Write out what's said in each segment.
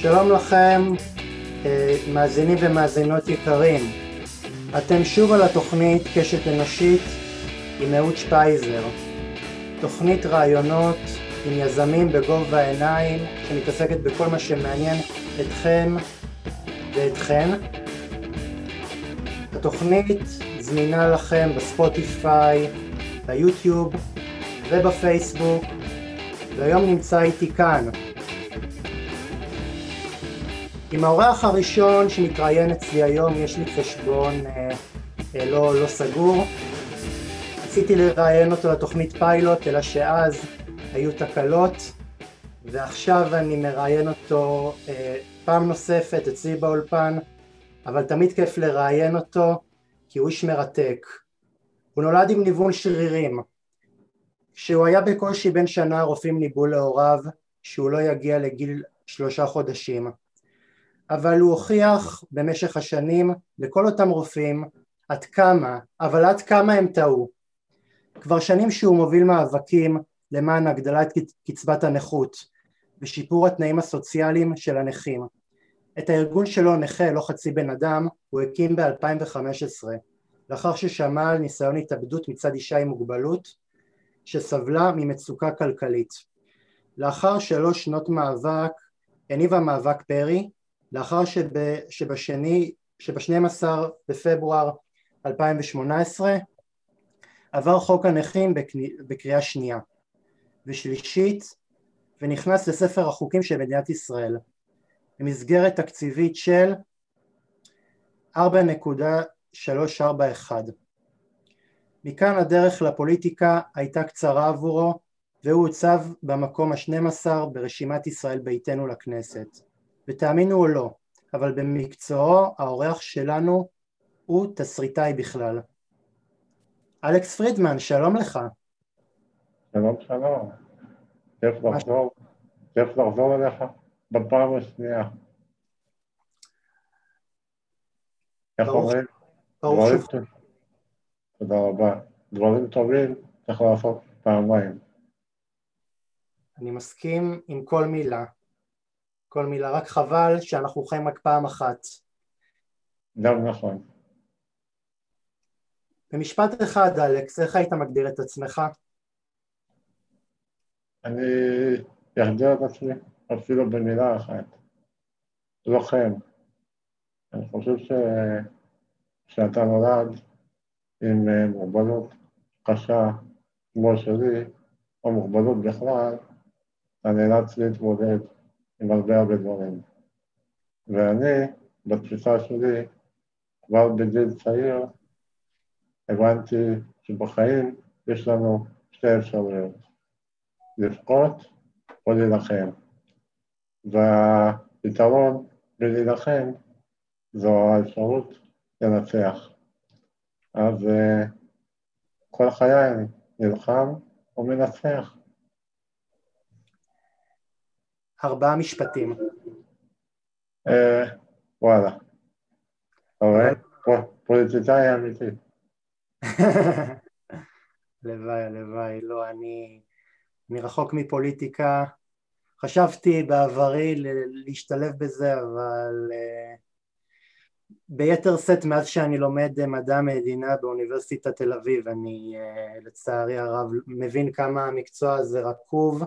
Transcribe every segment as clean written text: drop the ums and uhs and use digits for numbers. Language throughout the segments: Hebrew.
שלום לכם, מאזינים ומאזינות יקרים. אתם שוב על התוכנית קשת אנושית עם אהוד שפייזר. תוכנית רעיונות עם יזמים בגובה העיניים שמתעסקת בכל מה שמעניין אתכם ואתכן. התוכנית זמינה לכם בספוטיפיי, ביוטיוב ובפייסבוק, והיום נמצא איתי כאן עם האורח הראשון שמתראיין אצלי היום. יש לי חשבון לא סגור. רציתי לראיין אותו לתוכנית פיילוט, אלא שאז היו תקלות, ועכשיו אני מראיין אותו פעם נוספת אצלי באולפן, אבל תמיד כיף לראיין אותו כי הוא איש מרתק. הוא נולד עם ניוון שרירים. כשהוא היה בקושי בן שנה רופאים ניבאו להוריו שהוא לא יגיע לגיל 3 חודשים. אבל הוא הוכיח במשך השנים לכל אותם רופאים עד כמה הם טעו. כבר שנים שהוא מוביל מאבקים למען הגדלת קצבת הנכות ושיפור התנאים הסוציאליים של הנכים. את הארגון שלו נכה לא חצי בן אדם הוא הקים ב-2015, לאחר ששמע על ניסיון התאבדות מצד אישה עם מוגבלות שסבלה ממצוקה כלכלית. לאחר 3 שנות מאבק הניב המאבק פרי, לאחר שב-12 בפברואר 2018 עבר חוק הנכים בקריאה שנייה ושלישית ונכנס לספר החוקים של מדינת ישראל במסגרת תקציבית של 4.341. מכאן הדרך לפוליטיקה הייתה קצרה עבורו, והוא הוצב במקום ה-12 ברשימת ישראל ביתנו לכנסת. ותאמינו או לא, אבל במקצועו האורח שלנו הוא תסריטאי בכלל. אלכס פרידמן, שלום לך. שלום. כיף לחזור אליך בפעם השנייה. איך אומרים? תודה רבה. דברים טובים צריך לעשות פעמיים. אני מסכים עם כל מילה. רק חבל שאנחנו חיים רק פעם אחת. גם נכון. במשפט אחד, אלכס, איך היית מגדיר את עצמך? אני אגדיר את עצמי אפילו במילה אחת. לוחם. אני חושב שאתה נולד עם מוגבלות קשה כמו שלי, או מוגבלות בכלל, אתה נאלץ להתמודד עם הרבה דברים. ואני, בתפיסה שלי, כבר בגיל צעיר, הבנתי שבחיים יש לנו 2 אפשרויות, לבכות או להילחם. והפתרון בלהילחם זו האפשרות לנצח. אז כל חיי אני נלחם ומנצח. 4 משפטים. וואלה. פוליטיקאי אמיתי. הלוואי, לא, אני רחוק מפוליטיקה. חשבתי בעברי להשתלב בזה, אבל ביתר סט מאז שאני לומד מדע המדינה באוניברסיטת תל אביב, אני לצערי הרב מבין כמה המקצוע הזה רקוב,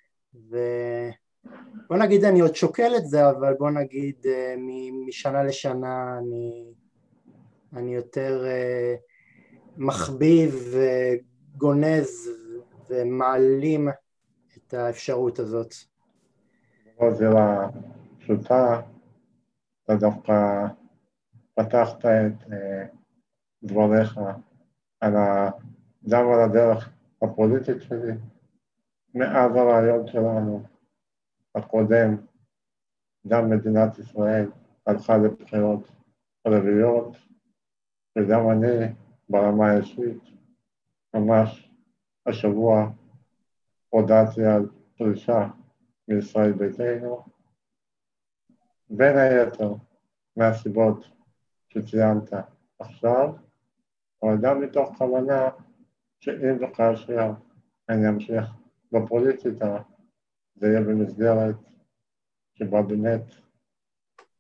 ובוא נגיד אני עוד שוקל את זה, אבל בוא נגיד משנה לשנה אני יותר מחביב וגונז ומעלים את האפשרות הזאת. זה פשוטה, אתה דווקא פתחת את דבריך גם על הדרך הפוליטית שלי, מאז הרעיון שלנו הקודם, גם מדינת ישראל הלכה לבחירות רביעיות, וגם אני ברמה האישית, ממש השבוע הודעתי על פרישה מישראל ביתנו, בין היתר מהסיבות שציינת עכשיו, אבל גם מתוך כוונה שאם וכאשר אני אמשיך בפוליטיקה, זה יהיה במסגרת שבה באמת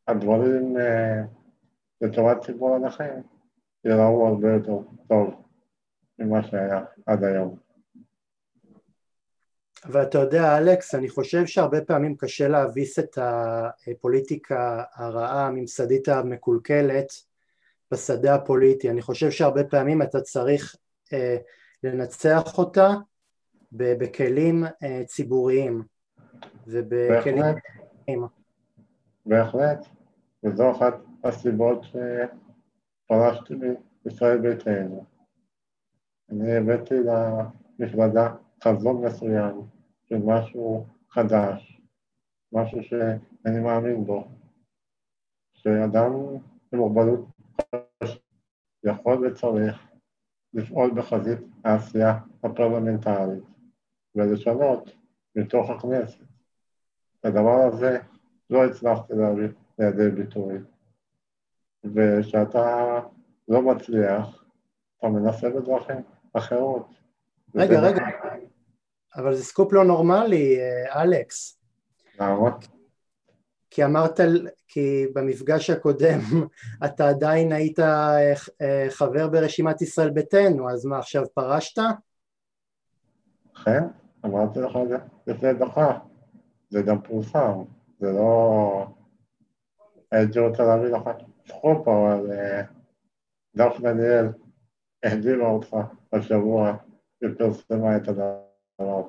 הדברים לטובת ציבור הנכים יראו הרבה יותר טוב ממה שהיה עד היום. אבל אתה יודע, אלכס, אני חושב שהרבה פעמים קשה להביס את הפוליטיקה הרעה, הממסדית המקולקלת, בשדה הפוליטי. אני חושב שהרבה פעמים אתה צריך לנצח אותה בכלים ציבוריים ובכלים... בהחלט, בהחלט, וזו אחת הסיבות שפרשתי מישראל ביתנו. אני הבאתי למפלגה חזון מסוים של משהו חדש, משהו שאני מאמין בו, שאדם עם מוגבלות יכול וצריך לפעול בחזית העשייה הפרלמנטרית ולשנות מתוך הכנסת. הדבר הזה לא הצלחתי להביא לידי ביטוי, ושאתה לא מצליח, אתה מנסה בדרכים אחרות. רגע, אבל זה סקופ לא נורמלי, אלכס. למה? כי אמרת, כי במפגש הקודם אתה עדיין היית חבר ברשימת ישראל ביתנו, אז מה, עכשיו פרשת? אכן, אמרתי לך את זה לפני דקה, זה גם פורסם, זה לא... הייתי רוצה להביא לך סקופ, אבל דף דניאל החדירה אותך השבוע ופרסמה את הדבר.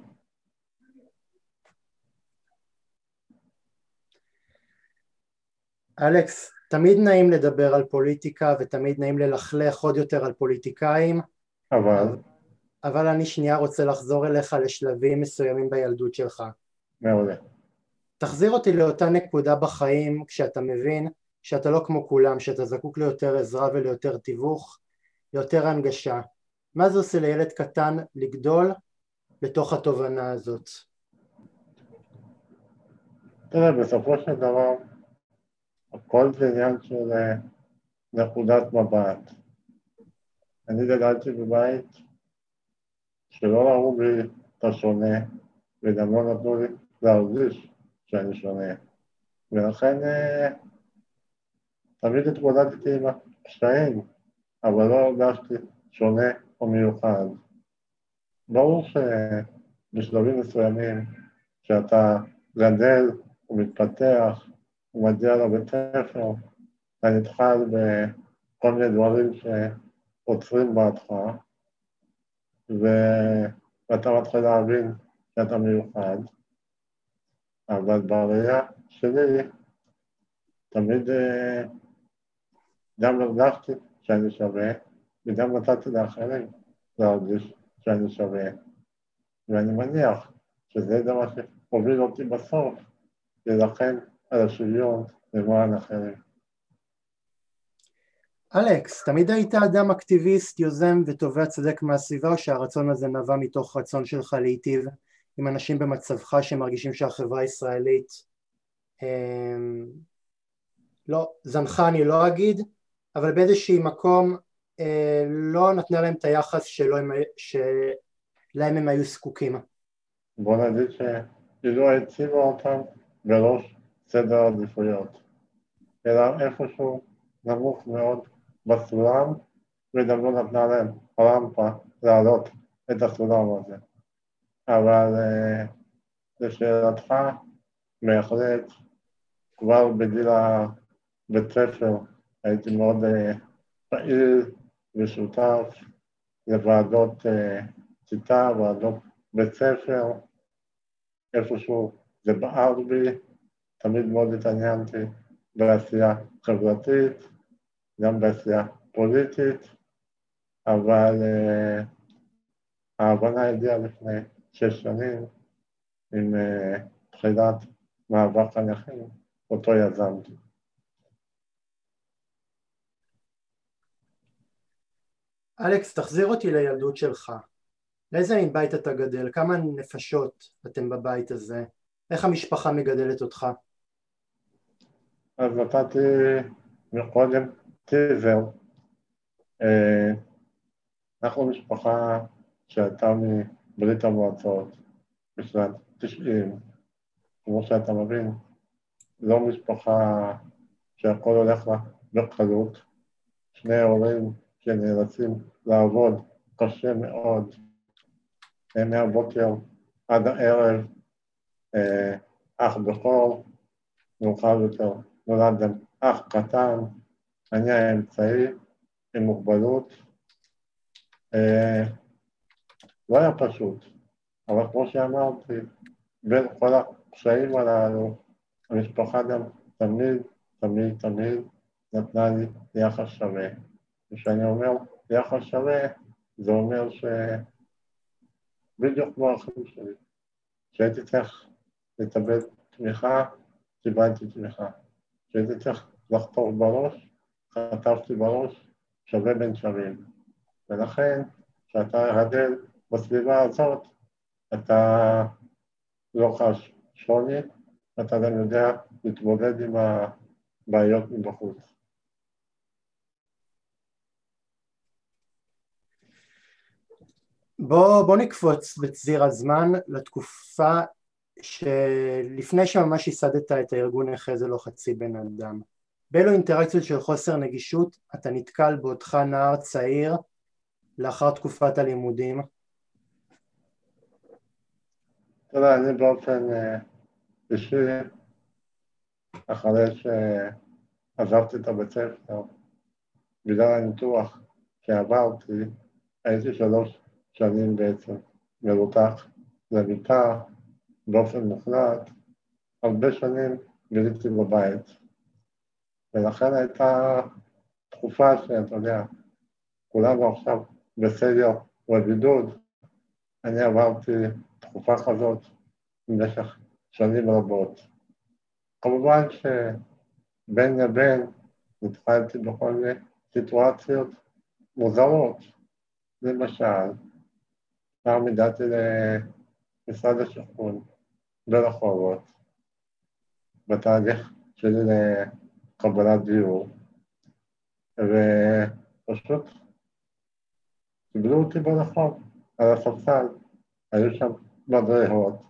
אלכס, תמיד נעים לדבר על פוליטיקה ותמיד נעים ללכלך עוד יותר על פוליטיקאים, אבל אני שנייה רוצה לחזור אליך לשלבים מסוימים בילדות שלך. מעולה. תחזיר אותי לאותה נקודה בחיים כשאתה מבין שאתה לא כמו כולם, שאתה זקוק ליותר עזרה וליותר תיווך, ליותר הנגשה. מה זה עושה לילד קטן לגדול לתוך התובנה הזאת? תראה, בסופו של דבר, הכל זה עניין של נקודת מבט. אני גדלתי בבית שלא ראו בי את השונה, וגם לא נתנו לי להרגיש שאני שונה. ולכן תמיד התמודדתי עם הקשיים, אבל לא הרגשתי שונה או מיוחד. ברור שבשלבים מסוימים, שאתה גדל ומתפתח ומגיע לבית ספר, אתה נתחל בכל מיני דברים שעוצרים בעדך, ואתה מתחיל להבין שאתה מיוחד, אבל בראייה שלי תמיד גם הרגשתי שאני שווה, וגם נתתי לאחרים להרגיש שאני שווה. ואני מניח שזה דבר שהוביל אותי בסוף להילחם על השוויון למען אחרים. אלכס, תמיד היית אדם אקטיביסט, יוזם ותובע צדק מהסביבה, או שהרצון הזה נבע מתוך רצון שלך להיטיב עם אנשים במצבך שמרגישים שהחברה הישראלית לא, זנחה אני לא אגיד, אבל באיזשהי מקום לא נתנה להם את היחס שלהם הם היו זקוקים. בוא נגיד שלא הציבה אותם בראש סדר העדיפויות, אלא איפשהו נמוך מאוד בסולם, וגם לא נתנה להם רמפה לעלות את הסולם הזה. אבל לשאלתך, בהחלט, כבר בגיל הבית ספר הייתי מאוד פעיל ושותף לוועדות כיתה, ועדות בית ספר, איפשהו זה בער בי, תמיד מאוד התעניינתי בעשייה חברתית, גם בעשייה פוליטית, אבל ההבנה הגיעה לפני 6 שנים עם תחילת מאבק הנכים, אותו יזמתי. אלכס, תחזיר אותי לילדות שלך. לאיזה מין בית אתה גדל? כמה נפשות אתם בבית הזה? איך המשפחה מגדלת אותך? אז נתתי מקודם טיזר. אנחנו משפחה שהייתה מברית המועצות בשנת 90, כמו שאתה מבין, לא משפחה שהכל הולך לה בקלות, שני הורים שנאלצים לעבוד קשה מאוד, מהבוקר עד הערב, אח בכור, מאוחר יותר נולד גם אח קטן, אני האמצעי עם מוגבלות, לא היה פשוט, אבל כמו שאמרתי, בין כל הקשיים הללו, המשפחה גם תמיד נתנה לי יחס שווה. וכשאני אומר יחס שווה, זה אומר שבדיוק כמו האחים שלי, כשהייתי צריך לקבל תמיכה, קיבלתי תמיכה. כשהייתי צריך לחתור בראש, חטפתי בראש, שווה בין שווים. ולכן, כשאתה גדל בסביבה הזאת, אתה לא חש שוני, ואתה גם יודע להתמודד עם הבעיות מבחוץ. בוא נקפוץ בציר הזמן לתקופה שלפני שממש ייסדת את הארגון נכה זה לא חצי בן אדם. באילו אינטראקציות של חוסר נגישות אתה נתקל בעודך נער צעיר לאחר תקופת הלימודים? תראה, אני באופן אישי, אחרי שעזבתי את הבית ספר, בגלל הניתוח שעברתי, הייתי 3 שנים בעצם מרותח למיטה באופן מוחלט, הרבה שנים ביליתי בבית. ולכן הייתה תקופה שאתה יודע, כולנו עכשיו בסגר ובידוד, אני עברתי תקופה כזאת במשך שנים רבות. כמובן שבין לבין נתקלתי בכל מיני סיטואציות מוזרות. למשל, פעם הגעתי למשרד השיכון ברחובות, בתהליך שלי לקבלת דיור, ופשוט קיבלו אותי ברחוב, על הספסל, היו שם מדרכות,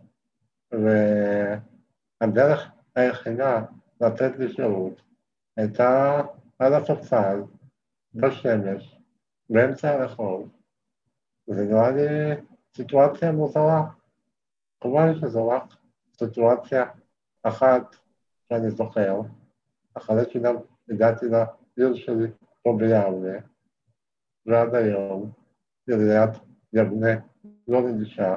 והדרך היחידה לתת לי שירות הייתה על הספסל, בשמש, באמצע הרחוב. זה נראה לי סיטואציה מוזרה. כמובן שזו רק סיטואציה אחת שאני זוכר, אחרי שגם הגעתי לעיר שלי פה ביבנה, ועד היום עיריית יבנה לא נגישה,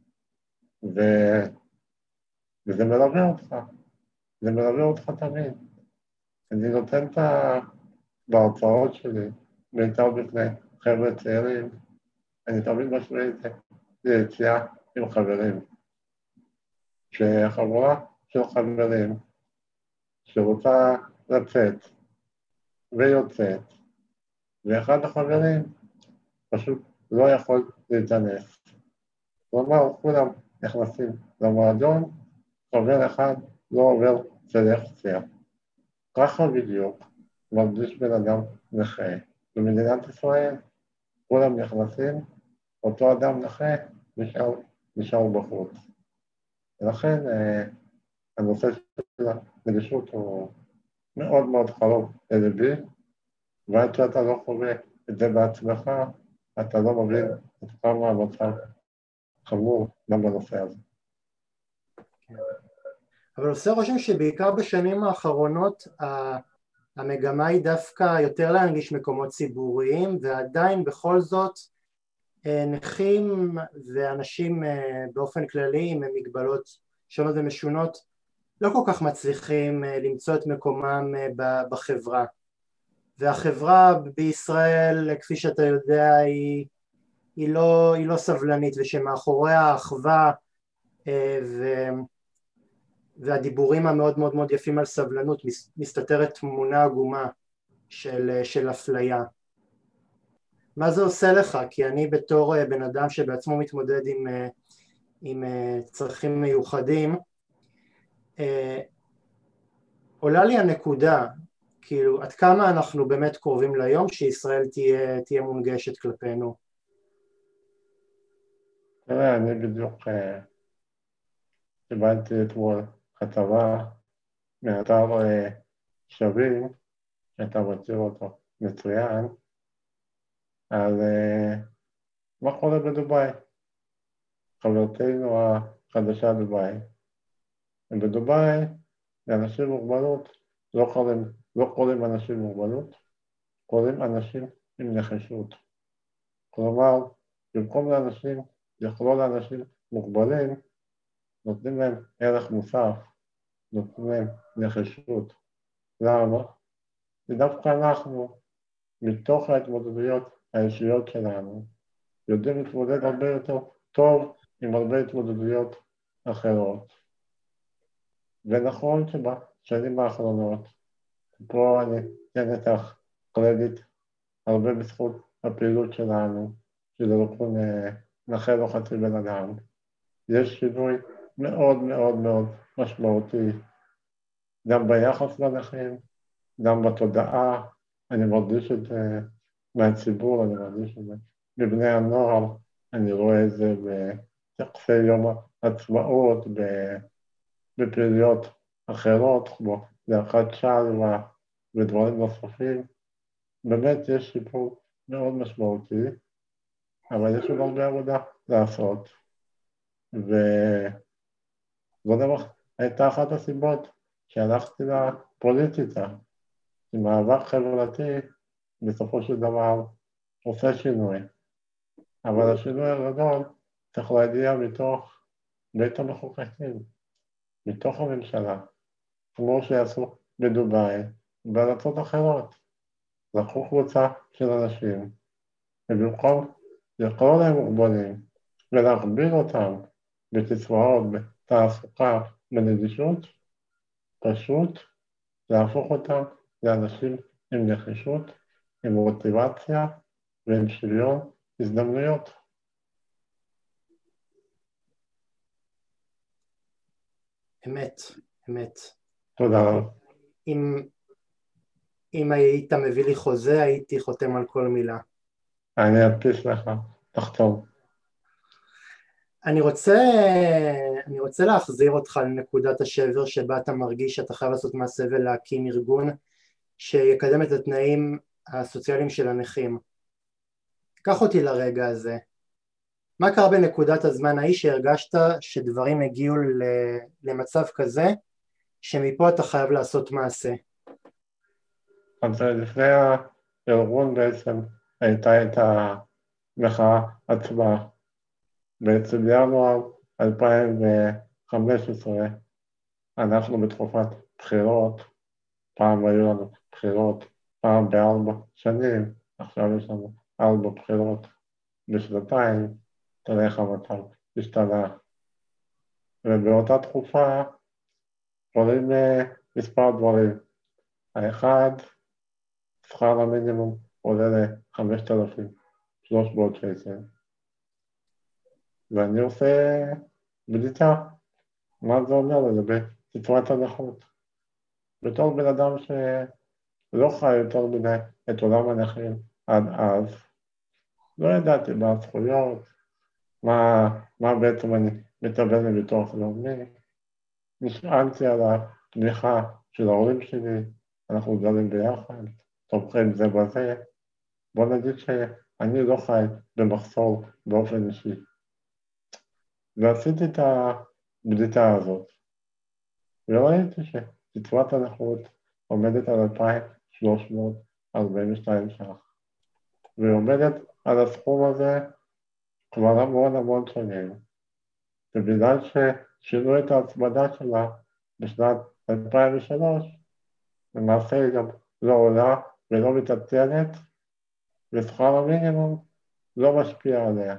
וזה מלווה אותך, זה מלווה אותך תמיד. אני נותן בהרצאות שלי, בעיקר בפני חבר'ה צעירים, אני תמיד משווה את זה ליציאה עם חברים. שחבורה של חברים שרוצה לצאת ויוצאת, ואחד החברים פשוט לא יכול להתכנס. כלומר, כולם נכנסים למועדון, חבר אחד לא עובר סלקציה. ככה בדיוק מרגיש בן אדם נכה. במדינת ישראל כולם נכנסים, אותו אדם נכה נשאר בחוץ. ולכן הנושא של הנגישות הוא מאוד מאוד קרוב לליבי, ועד שאתה לא חווה את זה בעצמך, אתה לא מבין את כמה המצב חמור גם בנושא הזה. אבל עושה רושם שבעיקר בשנים האחרונות המגמה היא דווקא יותר להנגיש מקומות ציבוריים, ועדיין בכל זאת נכים ואנשים באופן כללי עם מגבלות שונות ומשונות לא כל כך מצליחים למצוא את מקומם בחברה. והחברה בישראל, כפי שאתה יודע, היא לא סבלנית, ושמאחורי האחווה והדיבורים המאוד מאוד מאוד יפים על סבלנות מסתתרת תמונה עגומה של אפליה. מה זה עושה לך? כי אני בתור בן אדם שבעצמו מתמודד עם צרכים מיוחדים, עולה לי הנקודה, כאילו עד כמה אנחנו באמת קרובים ליום שישראל תהיה מונגשת כלפינו. תראה, אני בדיוק קיבלתי אתמול כתבה מאתר שווים, שאתה מכיר אותו מצוין, על מה קורה בדובאי. חברתנו החדשה דובאי. בדובאי, לאנשים עם מוגבלות, לא קוראים אנשים עם מוגבלות, קוראים אנשים עם נחישות. כלומר, במקום לאנשים, לכלול לאנשים מוגבלים, נותנים להם ערך מוסף, נותנים להם נחישות. למה? ודווקא אנחנו, מתוך ההתמודדויות האישיות שלנו, יודעים להתמודד הרבה יותר טוב עם הרבה התמודדויות אחרות. ונכון שבשנים האחרונות, פה אני אתן את הקרדיט הרבה בזכות הפעילות שלנו, של ארגון נכה לא חצי בן אדם, יש שינוי מאוד מאוד מאוד משמעותי, גם ביחס לנכים, גם בתודעה, אני מרגיש את זה מהציבור, אני מרגיש את זה מבני הנוער, אני רואה את זה בטקסי יום העצמאות, בפעילויות אחרות, כמו להקת שלווה ודברים נוספים. באמת יש שיפור מאוד משמעותי, אבל יש עוד הרבה עבודה לעשות. וזו הייתה אחת הסיבות שהלכתי לפוליטיקה, כי מאבק חברתי בסופו של דבר עושה שינוי. אבל השינוי הגדול צריך להגיע מתוך בית המחוקקים, מתוך הממשלה, כמו שעשו בדובאי ובארצות אחרות. לקחו קבוצה של אנשים, ובמקום לקרוא להם מוגבלים ולהגביל אותם בקצבאות, בתעסוקה, בנגישות, פשוט להפוך אותם לאנשים עם נחישות, עם מוטיבציה ועם שוויון הזדמנויות. אמת, אמת. תודה רבה. אם היית מביא לי חוזה, הייתי חותם על כל מילה. אני אדפיס לך, תחתום. אני רוצה להחזיר אותך לנקודת השבר שבה אתה מרגיש שאתה חייב לעשות מעשה ולהקים ארגון שיקדם את התנאים הסוציאליים של הנכים. קח אותי לרגע הזה. מה קרה בנקודת הזמן ההיא שהרגשת שדברים הגיעו למצב כזה שמפה אתה חייב לעשות מעשה? אז לפני הארגון בעצם הייתה את המחאה עצמה. בעצם בינואר 2015 אנחנו בתקופת בחירות, פעם היו לנו בחירות פעם ב4 שנים, עכשיו יש לנו 4 בחירות בשנתיים, תראה איך המצב השתנה. ובאותה תקופה קורים מספר דברים. האחד, שכר המינימום עולה ל-5,300 שקל. ואני עושה בדיקה, מה זה אומר לגבי סיטואציית הנכות. בתור בן אדם שלא חי יותר מדי את עולם הנכים עד אז, לא ידעתי מה הזכויות, מה בעצם אני מתאבד לביטוח לאומי. נשאלתי על התמיכה של ההורים שלי, אנחנו גדלים ביחד, תומכים זה בזה. בוא נגיד שאני לא חי במחסור באופן אישי. ועשיתי את הבדיקה הזאת, וראיתי שסיטואציית הנכות עומדת על 2,342 ש"ח, והיא עומדת על הסכום הזה כבר המון שנים, ובגלל ששינו את ההצמדה שלה בשנת 2003, למעשה היא גם לא עולה ולא מתעדכנת, ושכר המינימום לא משפיע עליה.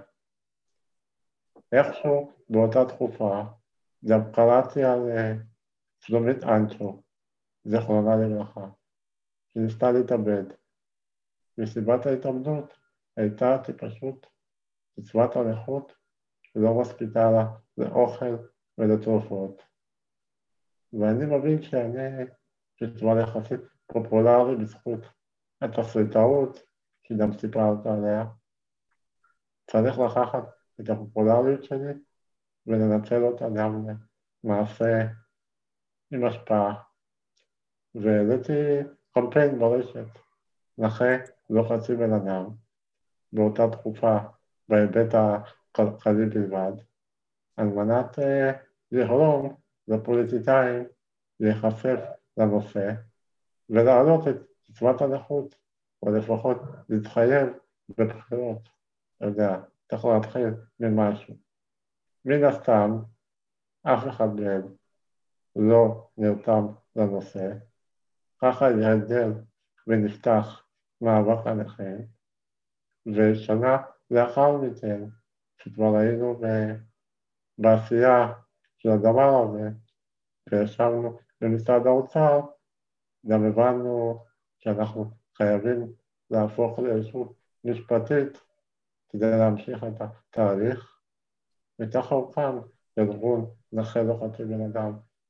איכשהו באותה תקופה גם קראתי על שלומית אנצ'ו, זכרונה לברכה, שניסתה להתאבד, וסיבת ההתאבדות הייתה שפשוט קצבת הנכות לא מספיקה לה לאוכל ולתרופות. ואני מבין שאני קצבה יחסית פופולרי בזכות התסריטאות, שגם סיפרת עליה. צריך לקחת את הפופולריות שלי ולנצל אותה גם למעשה עם השפעה. והעליתי קמפיין ברשת, נכה לא חצי בן אדם, באותה תקופה בהיבט הכלכלי בלבד, על מנת לגרום לפוליטיקאים להיחשף לנושא ולהעלות את קצבת הנכות, או לפחות להתחייב בבחירות. אתה יודע, צריך להתחיל ממשהו. מן הסתם, אף אחד מהם לא נרתם לנושא, ככה יהדל ונפתח מאבק הנכים, ושנה לאחר מכן, שכבר היינו בעשייה של הדבר הזה, וישבנו במשרד האוצר, גם הבנו שאנחנו חייבים להפוך לאיזשהו משפטית כדי להמשיך את התהליך, וככה הוקם ארגון נכה לא חצי בן אדם.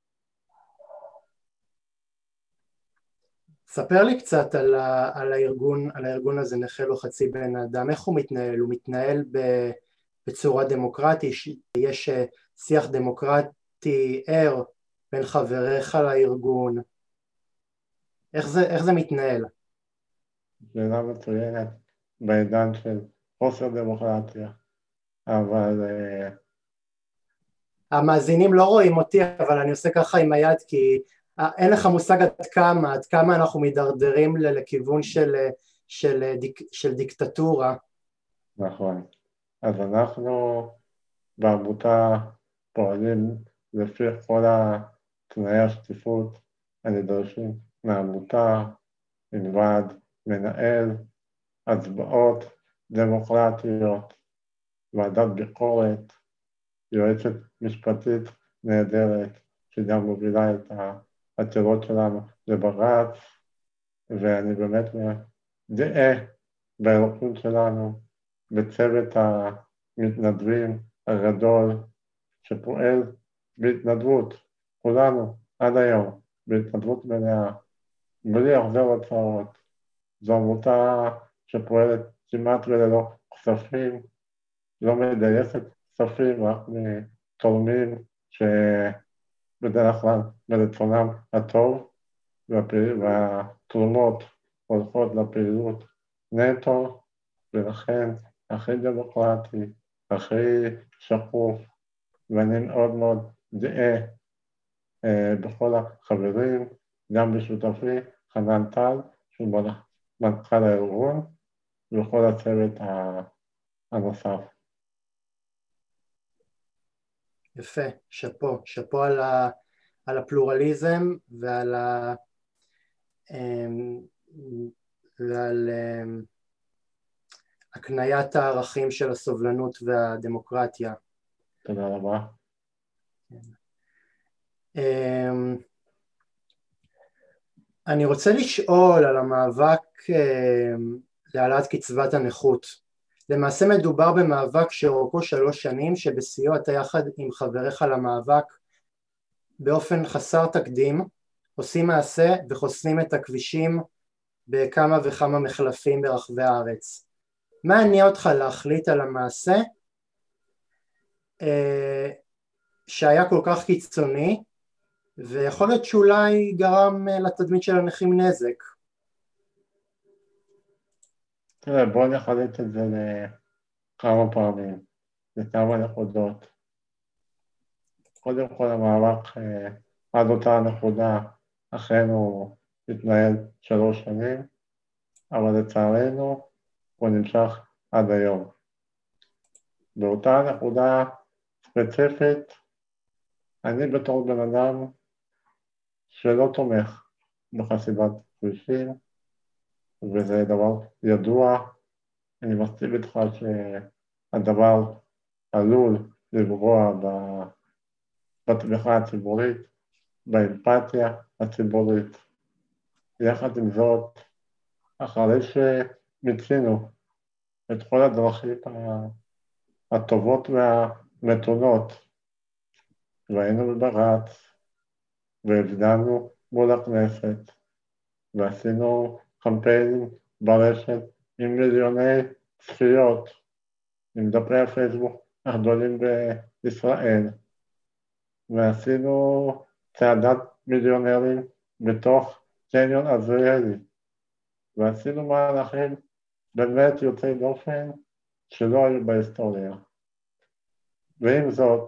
ספר לי קצת על הארגון הזה, נכה לא חצי בן אדם. איך הוא מתנהל? הוא מתנהל בצורה דמוקרטית? יש שיח דמוקרטי ער בין חבריך לארגון? איך זה מתנהל? שאלה מצוינת בעידן של חוסר דמוקרטיה, אבל המאזינים לא רואים אותי, אבל אני עושה ככה עם היד, כי אין לך מושג עד כמה אנחנו מדרדרים לכיוון של דיקטטורה. נכון. אז אנחנו בעמותה פועלים לפי כל תנאי השקיפות הנדרשים מהעמותה, עם ועד מנהל, הצבעות דמוקרטיות, ועדת ביקורת, יועצת משפטית נהדרת, שגם מובילה את העתירות שלנו לבג"ץ, ואני באמת גאה בארגון שלנו, בצוות המתנדבים הגדול, שפועל בהתנדבות, כולנו עד היום, בהתנדבות מלאה, בלי החזר הוצאות. זו עמותה שפועלת כמעט וללא כספים, לא מגייסת כספים, רק מתורמים שבדרך כלל מרצונם הטוב, והתרומות הולכות לפעילות נטו, ולכן הכי דמוקרטי, הכי שקוף, ואני מאוד מאוד גאה בכל החברים, גם בשותפי חנן טל, שהוא מנכ"ל הארגון, וכל הצוות הנוסף. יפה, שאפו על הפלורליזם ועל הקניית הערכים של הסובלנות והדמוקרטיה. תודה רבה. אני רוצה לשאול על המאבק להעלאת קצבת הנכות. למעשה מדובר במאבק שאורכו 3 שנים, שבשיאו אתה יחד עם חבריך למאבק באופן חסר תקדים עושים מעשה וחוסמים את הכבישים בכמה וכמה מחלפים ברחבי הארץ. מה הניע אותך להחליט על המעשה שהיה כל כך קיצוני, ויכול להיות שאולי גרם לתדמית של הנכים נזק? תראה, בואו נחלק את זה לכמה פעמים, לכמה נקודות. קודם כל המאבק עד אותה נקודה אכן הוא התנהל 3 שנים, אבל לצערנו הוא נמשך עד היום. באותה נקודה ספציפית, אני בתור בן אדם שלא תומך בחסימת כבישים, וזה דבר ידוע. אני מסכים איתך שהדבר עלול לפגוע בתמיכה הציבורית, באמפתיה הציבורית. יחד עם זאת, אחרי שמיצינו את כל הדרכים הטובות והמתונות, והיינו בבג"ץ, והפגנו מול הכנסת, ועשינו קמפיינים ברשת עם מיליוני צפיות, עם דפי הפייסבוק הגדולים בישראל, ועשינו צעדת מיליונרים בתוך קניון עזריאלי, ועשינו מהלכים באמת יוצאי דופן שלא היו בהיסטוריה. ועם זאת,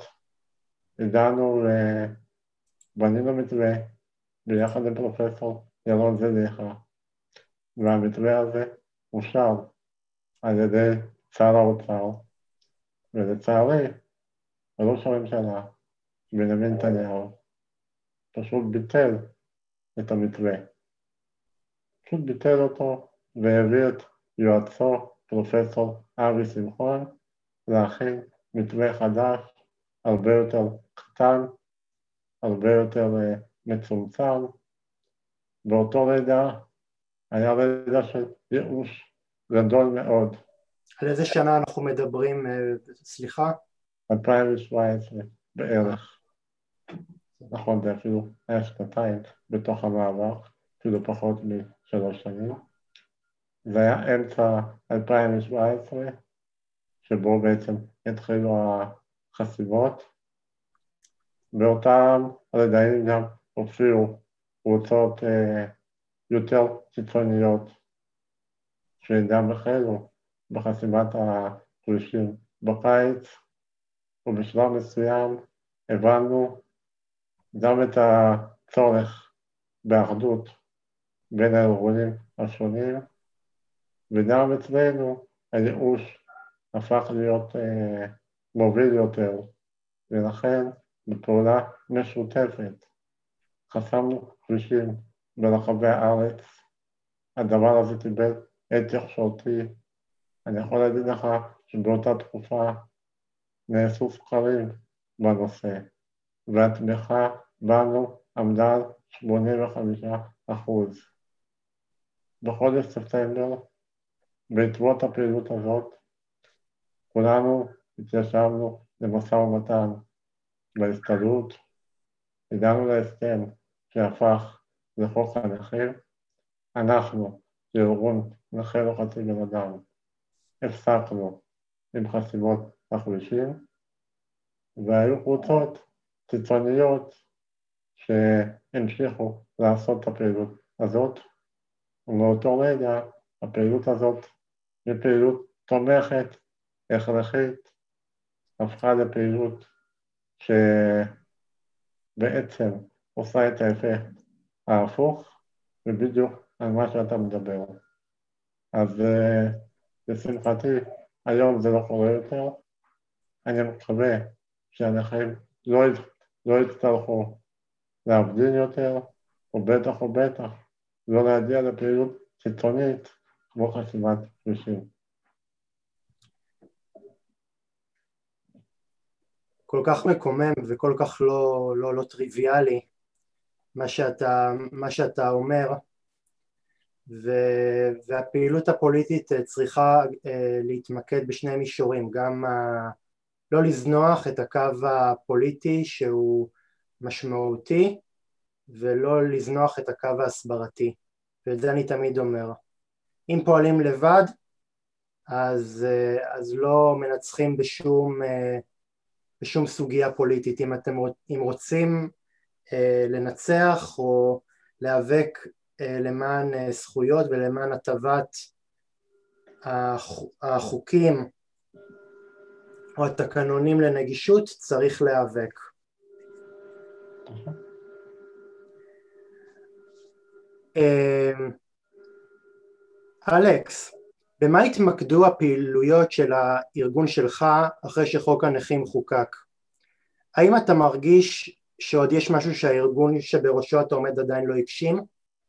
בנינו מתווה ביחד עם פרופסור ירון זליכה, והמתווה הזה אושר על ידי שר האוצר, ולצערי, ראש הממשלה, בנימין נתניהו, פשוט ביטל את המתווה. פשוט ביטל אותו והביא את יועצו, פרופסור אבי שמחון, להכין מתווה חדש, הרבה יותר קטן, הרבה יותר מצומצם. באותו רגע היה רגע של ייאוש גדול מאוד. על איזה שנה אנחנו מדברים, סליחה? 2017 בערך. נכון, זה אפילו היה שנתיים בתוך המאבק, אפילו פחות מ3 שנים. זה היה אמצע 2017, שבו בעצם התחילו החסימות. באותם רגעים גם הופיעו קבוצות יותר קיצוניות, שגם החלו בחסימת הכבישים בקיץ, ובשלב מסוים הבנו גם את הצורך באחדות בין הארגונים השונים, וגם אצלנו הייאוש הפך להיות מוביל יותר, ולכן בפעולה משותפת חסמנו כבישים ברחבי הארץ. הדבר הזה קיבל את תקשורתי. אני יכול להגיד לך שבאותה תקופה נעשו סקרים בנושא, והתמיכה בנו עמדה על 85%. בחודש ספטמבר, בעקבות הפעילות הזאת, כולנו התיישבנו למשא ומתן בהסתדרות, הגענו להסכם שהפך לחוק הנכים. אנחנו, כארגון נכה לא חצי בן אדם, הפסקנו עם חסימות הכבישים, והיו קבוצות קיצוניות שהמשיכו לעשות את הפעילות הזאת, ומאותו רגע הפעילות הזאת מפעילות תומכת, הכרחית, הפכה לפעילות שבעצם עושה את האפקט ההפוך, ובדיוק על מה שאתה מדבר. אז לשמחתי, היום זה לא קורה יותר. אני מקווה שהנכים לא יצטרכו להבדיל יותר, ובטח לא להגיע לפעילות קיצונית כמו חסימת כבישים. כל כך מקומם וכל כך לא טריוויאלי מה שאתה אומר, והפעילות הפוליטית צריכה להתמקד בשני מישורים, גם לא לזנוח את הקו הפוליטי שהוא משמעותי, ולא לזנוח את הקו ההסברתי, ואת זה אני תמיד אומר. אם פועלים לבד, אז לא מנצחים בשום סוגיה פוליטית. אם רוצים לנצח או להיאבק למען זכויות ולמען הטבת החוקים או התקנונים לנגישות, צריך להיאבק. אלכס, במה התמקדו הפעילויות של הארגון שלך אחרי שחוק הנכים חוקק? האם אתה מרגיש שעוד יש משהו שהארגון שבראשו אתה עומד עדיין לא הגשים?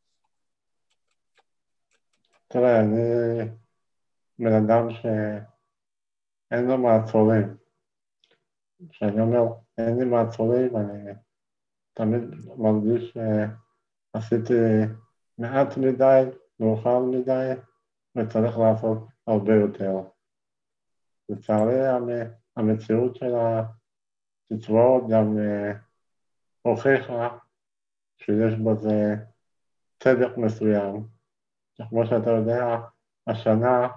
תראה, אני בן אדם שאין לו מעצורים. כשאני אומר אין לי מעצורים, אני תמיד מרגיש שעשיתי מעט מדי, מאוחר מדי, וצריך לעשות הרבה יותר. לצערי, המציאות של הקצבאות גם הוכיחה שיש בזה צדק מסוים. כמו שאתה יודע, השנה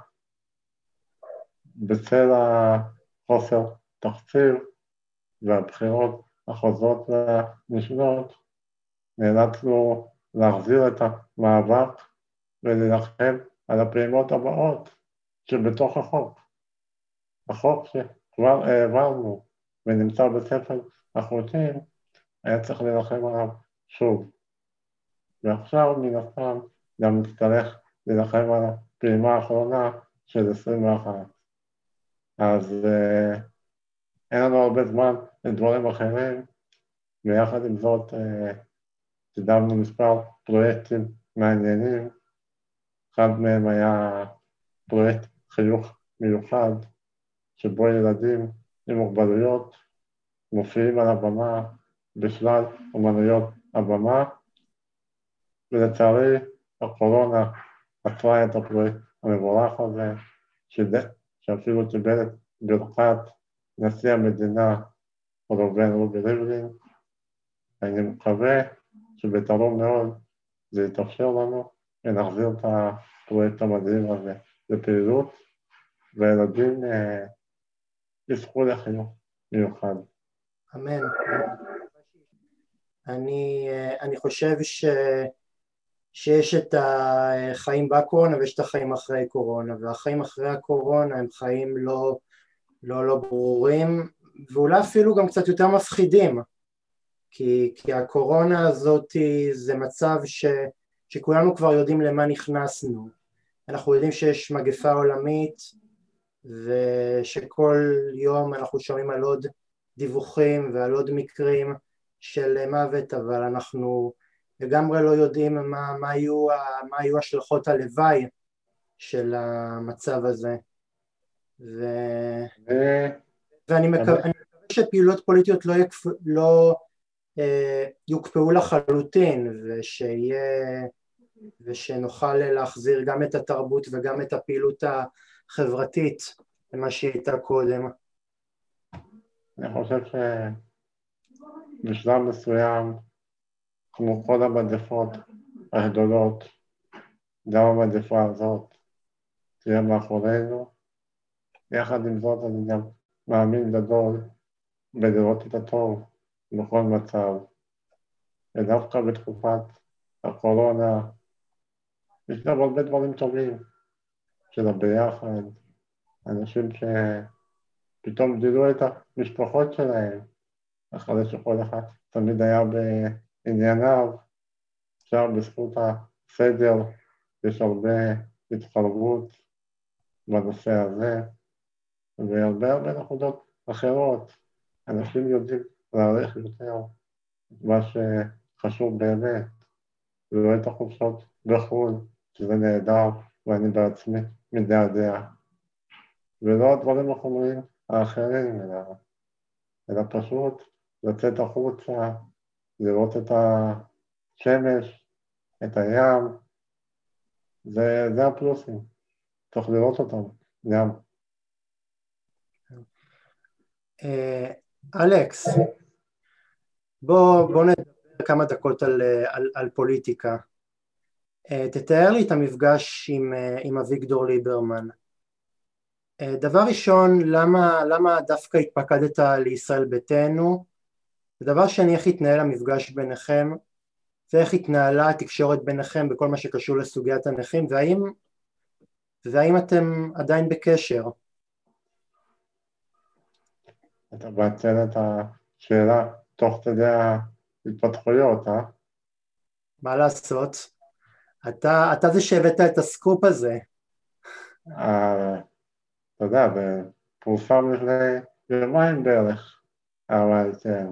בצל החוסר תקציב והבחירות החוזרות ונשנות, נאלצנו להחזיר את המאבק ולהילחם על הפעימות הבאות שבתוך החוק. החוק שכבר העברנו ונמצא בספר החוקים, היה צריך להילחם עליו שוב. ועכשיו מן הסתם גם נצטרך להילחם על הפעימה האחרונה של 21. אז אין לנו הרבה זמן לדברים אחרים, ויחד עם זאת קידמנו מספר פרויקטים מעניינים. אחד מהם היה פרויקט חינוך מיוחד, שבו ילדים עם מוגבלויות מופיעים על הבמה בשלל אומנויות הבמה, ולצערי הקורונה עצרה את הפרויקט המבורך הזה, שאפילו קיבל את ברכת נשיא המדינה ראובן רובי ריבלין. אני מקווה שבקרוב מאוד זה יתאפשר לנו ונחזיר את הפרויקט המדהים הזה לפעילות, והילדים יזכו לחינוך מיוחד. אמן. אני חושב שיש את החיים בקורונה ויש את החיים אחרי קורונה, והחיים אחרי הקורונה הם חיים לא ברורים, ואולי אפילו גם קצת יותר מפחידים, כי הקורונה הזאת זה מצב שכולנו כבר יודעים למה נכנסנו. אנחנו יודעים שיש מגפה עולמית, ושכל יום אנחנו שומעים על עוד דיווחים ועל עוד מקרים של מוות, אבל אנחנו לגמרי לא יודעים מה יהיו השלכות הלוואי של המצב הזה. ואני מקווה שפעילות פוליטיות לא יוקפאו לחלוטין, ושנוכל להחזיר גם את התרבות וגם את הפעילות החברתית למה שהייתה קודם. אני חושב שבשלב מסוים, כמו כל המגפות הגדולות, גם המגפה הזאת תהיה מאחורינו. יחד עם זאת אני גם מאמין גדול בלראות את הטוב בכל מצב. ודווקא בתקופת הקורונה יש גם הרבה דברים טובים של הביחד, אנשים שפתאום גילו את המשפחות שלהם, אחרי שכל אחד תמיד היה בענייניו. עכשיו בזכות הסדר יש הרבה התחרבות בנושא הזה, והרבה נקודות אחרות. אנשים יודעים להעריך יותר מה שחשוב באמת, ולא את החופשות בחו"ל, שזה נהדר, ואני בעצמי מדעדע. ולא הדברים החומריים האחרים, אלא פשוט לצאת החוצה, לראות את השמש, את הים, זה הפלוסים, צריך לראות אותם גם. אלכס, בוא נדבר כמה דקות על פוליטיקה. תתאר לי את המפגש עם אביגדור ליברמן. דבר ראשון, למה דווקא התפקדת לישראל ביתנו? ודבר שני, איך התנהל המפגש ביניכם, ואיך התנהלה התקשורת ביניכם בכל מה שקשור לסוגיית הנכים, והאם אתם עדיין בקשר? אתה בעצם את השאלה תוך כדי ההתפתחויות, מה לעשות? אתה זה שהבאת את הסקופ הזה. אתה יודע, זה פורסם לפני יומיים בערך, אבל כן.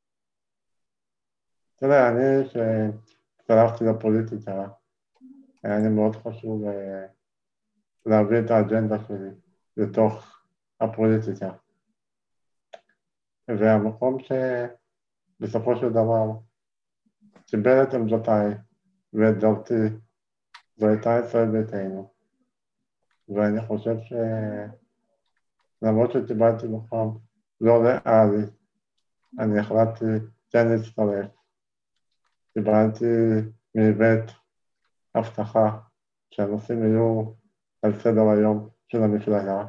אתה יודע, אני כשהצטרפתי לפוליטיקה, היה לי מאוד חשוב להביא את האג'נדה שלי לתוך הפוליטיקה. והמקום שבסופו של דבר קיבל את עמדותיי ואת דעתי, זו הייתה ישראל ביתנו. ואני חושב למרות שקיבלתי מקום לא ריאלי, אני החלטתי כן להצטרף. קיבלתי מבית הבטחה שהנושאים יהיו על סדר היום של המפלגה,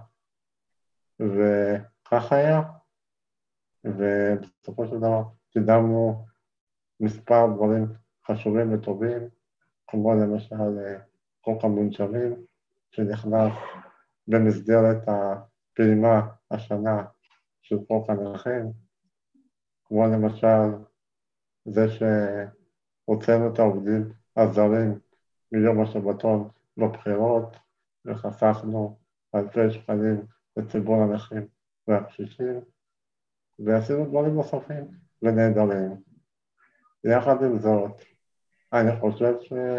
וכך היה. ובסופו של דבר קידמנו מספר דברים חשובים וטובים, כמו למשל חוק המונשמים, שנכנס במסגרת הפעימה השנה של חוק הנכים, כמו למשל זה שהוצאנו את העובדים הזרים מיום השבתון בבחירות, וחסכנו אלפי שקלים לציבור הנכים והקשישים, ועשינו דברים נוספים ונהדרים. יחד עם זאת, אני חושב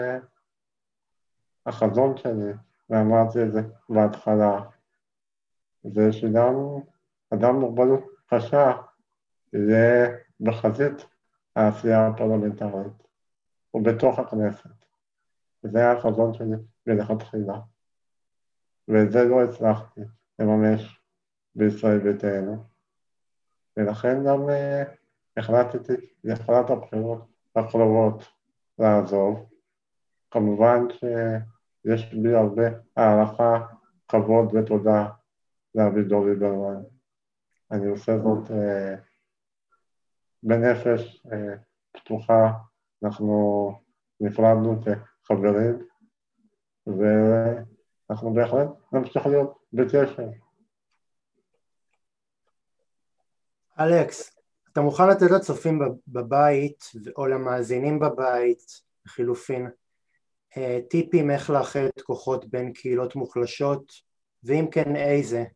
שהחזון שלי, ואמרתי את זה בהתחלה, זה שגם אדם מוגבלות קשה יהיה בחזית העשייה הפרלמנטרית ובתוך הכנסת. וזה היה החזון שלי מלכתחילה. ואת זה לא הצלחתי לממש בישראל ביתנו. ולכן גם החלטתי לקראת הבחירות הקרובות לעזוב. כמובן שיש בי הרבה הערכה, כבוד ותודה לאביגדור ליברמן. אני עושה זאת בנפש פתוחה, אנחנו נפרדנו כחברים, ואנחנו בהחלט נמשיך להיות בקשר. אלכס, אתה מוכן לתת לצופים בבית או למאזינים בבית, בחילופין, טיפים איך לאחד כוחות בין קהילות מוחלשות, ואם כן איזה?